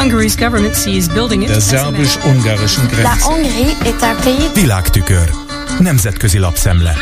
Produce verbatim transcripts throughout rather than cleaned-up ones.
Der szerbus-ungarischen Grenze. La Hongrie est un pays. Világtükör. Nemzetközi lapszemle.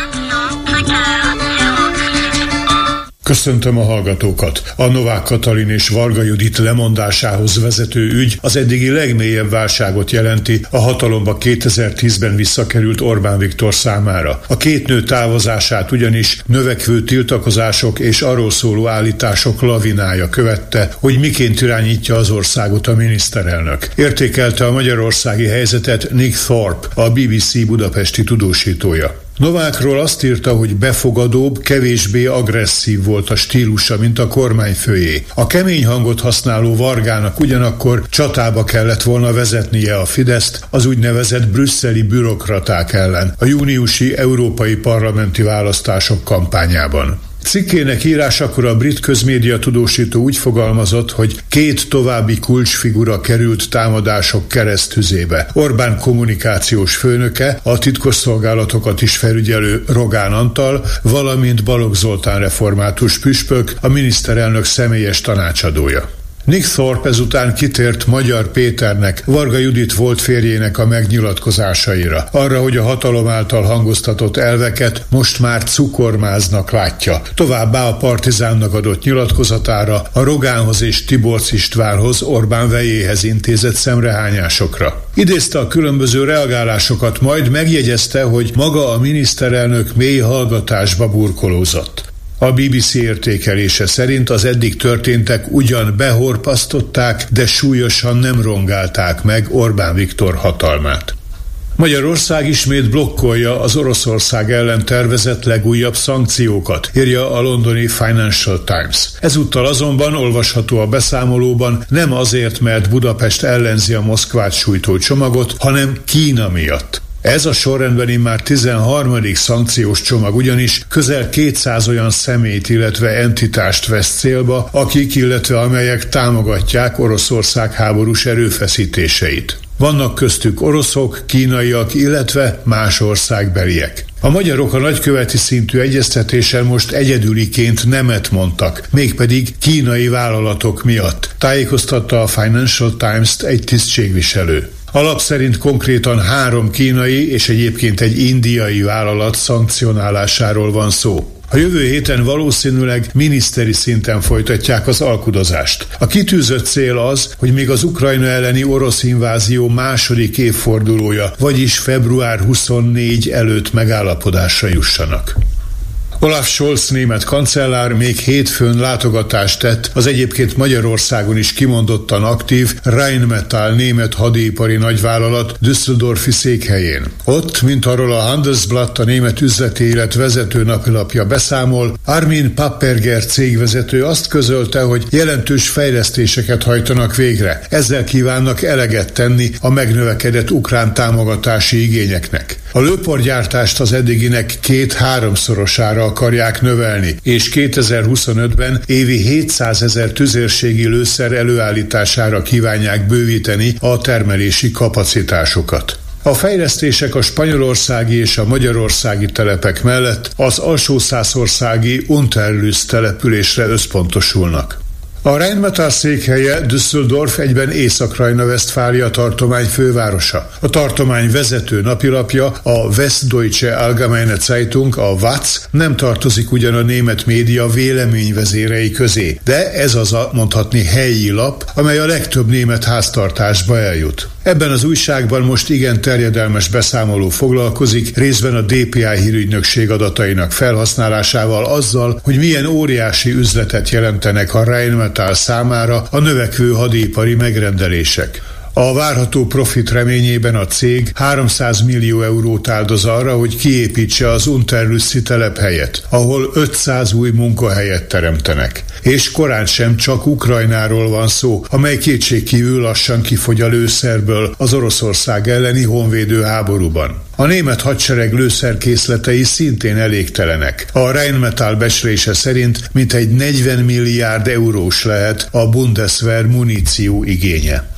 Köszöntöm a hallgatókat! A Novák Katalin és Varga Judit lemondásához vezető ügy az eddigi legmélyebb válságot jelenti a hatalomba kétezer-tízben visszakerült Orbán Viktor számára. A két nő távozását ugyanis növekvő tiltakozások és arról szóló állítások lavinája követte, hogy miként irányítja az országot a miniszterelnök. Értékelte a magyarországi helyzetet Nick Thorpe, a bé bé cé budapesti tudósítója. Novákról azt írta, hogy befogadóbb, kevésbé agresszív volt a stílusa, mint a kormányfőjé. A kemény hangot használó Vargának ugyanakkor csatába kellett volna vezetnie a Fideszt az úgynevezett brüsszeli bürokraták ellen a júniusi európai parlamenti választások kampányában. Cikkének írásakor a brit közmédia tudósító úgy fogalmazott, hogy két további kulcsfigura került támadások keresztüzébe. Orbán kommunikációs főnöke, a titkosszolgálatokat is felügyelő Rogán Antal, valamint Balogh Zoltán református püspök, a miniszterelnök személyes tanácsadója. Nick Thorpe ezután kitért Magyar Péternek, Varga Judit volt férjének a megnyilatkozásaira, arra, hogy a hatalom által hangoztatott elveket most már cukormáznak látja. Továbbá a Partizánnak adott nyilatkozatára, a Rogánhoz és Tiborcs Istvánhoz, Orbán vejéhez intézett szemrehányásokra. Idézte a különböző reagálásokat, majd megjegyezte, hogy maga a miniszterelnök mély hallgatásba burkolózott. A bé bé cé értékelése szerint az eddig történtek ugyan behorpasztották, de súlyosan nem rongálták meg Orbán Viktor hatalmát. Magyarország ismét blokkolja az Oroszország ellen tervezett legújabb szankciókat, írja a londoni Financial Times. Ezúttal azonban olvasható a beszámolóban nem azért, mert Budapest ellenzi a Moszkvát sújtó csomagot, hanem Kína miatt. Ez a sorrendben immár tizenharmadik szankciós csomag, ugyanis közel kétszáz olyan személyt, illetve entitást vesz célba, akik, illetve amelyek támogatják Oroszország háborús erőfeszítéseit. Vannak köztük oroszok, kínaiak, illetve más országbeliek. A magyarok a nagyköveti szintű egyeztetésen most egyedüliként nemet mondtak, mégpedig kínai vállalatok miatt, tájékoztatta a Financial Times-t egy tisztségviselő. A lap szerint konkrétan három kínai és egyébként egy indiai vállalat szankcionálásáról van szó. A jövő héten valószínűleg miniszteri szinten folytatják az alkudozást. A kitűzött cél az, hogy még az Ukrajna elleni orosz invázió második évfordulója, vagyis február huszonnégyedike előtt megállapodásra jussanak. Olaf Scholz német kancellár még hétfőn látogatást tett az egyébként Magyarországon is kimondottan aktív Rheinmetall német hadipari nagyvállalat Düsseldorfi székhelyén. Ott, mint arról a Handelsblatt, a német üzleti élet vezető napilapja beszámol, Armin Papperger cégvezető azt közölte, hogy jelentős fejlesztéseket hajtanak végre. Ezzel kívánnak eleget tenni a megnövekedett ukrán támogatási igényeknek. A lőporgyártást az eddiginek két-háromszorosára akarják növelni, és kétezer-huszonötben évi hétszázezer tüzérségi lőszer előállítására kívánják bővíteni a termelési kapacitásokat. A fejlesztések a spanyolországi és a magyarországi telepek mellett az alsószászországi Unterlüss településre összpontosulnak. A Rheinmetall székhelye Düsseldorf, egyben Észak-Rajna-Westfália tartomány fővárosa. A tartomány vezető napilapja, a Westdeutsche Allgemeine Zeitung, a vé á cé nem tartozik ugyan a német média véleményvezérei közé, de ez az a mondhatni helyi lap, amely a legtöbb német háztartásba eljut. Ebben az újságban most igen terjedelmes beszámoló foglalkozik, részben a dé pé i hírügynökség adatainak felhasználásával, azzal, hogy milyen óriási üzletet jelentenek a Rheinmetall számára a növekvő hadipari megrendelések. A várható profit reményében a cég háromszáz millió eurót áldoz arra, hogy kiépítse az Unterlüssi telephelyet, ahol ötszáz új munkahelyet teremtenek. És korán sem csak Ukrajnáról van szó, amely kétségkívül lassan kifogy a lőszerből az Oroszország elleni honvédő háborúban. A német hadsereg lőszerkészletei szintén elégtelenek. A Rheinmetall becslése szerint mintegy negyven milliárd eurós lehet a Bundeswehr muníció igénye.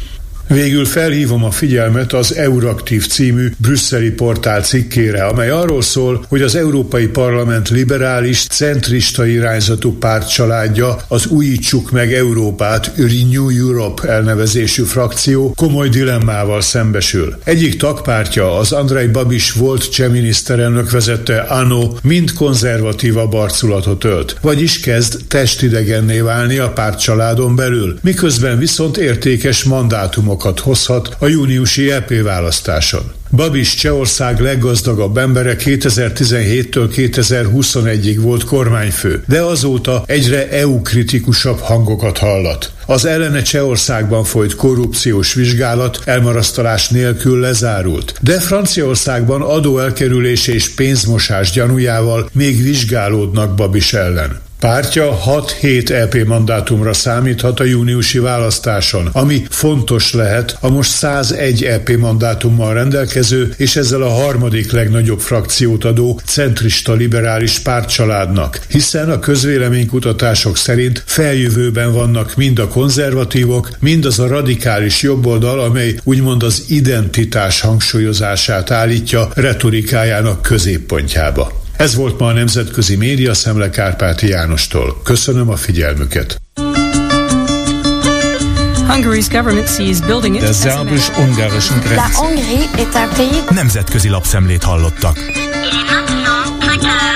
Végül felhívom a figyelmet az Euraktív című brüsszeli portál cikkére, amely arról szól, hogy az Európai Parlament liberális, centrista irányzatú pártcsaládja, az Újítsuk meg Európát, Renew Europe elnevezésű frakció komoly dilemmával szembesül. Egyik tagpártja, az Andrej Babis volt cseh miniszterelnök vezette ANO mind konzervatívabb arculatot ölt, vagyis kezd testidegenné válni a pártcsaládon belül, miközben viszont értékes mandátumokat hozhat a júniusi é pé választáson. Babis Csehország leggazdagabb embere kétezer-tizenhéttől kétezer-huszonegyig volt kormányfő, de azóta egyre é u-kritikusabb hangokat hallat. Az ellene Csehországban folyt korrupciós vizsgálat elmarasztalás nélkül lezárult, de Franciaországban adóelkerülés és pénzmosás gyanújával még vizsgálódnak Babis ellen. Pártja hat-hét é pé mandátumra számíthat a júniusi választáson, ami fontos lehet a most százegy é pé mandátummal rendelkező és ezzel a harmadik legnagyobb frakciót adó centrista liberális pártcsaládnak, hiszen a közvéleménykutatások szerint feljövőben vannak mind a konzervatívok, mind az a radikális jobboldal, amely úgymond az identitás hangsúlyozását állítja retorikájának középpontjába. Ez volt ma a Nemzetközi Média Szemle Kárpáti Jánostól. Köszönöm a figyelmüket. Der szerbus-ungarischen Grenze. Nemzetközi lapszemlét hallottak. Il est maintenant très clair.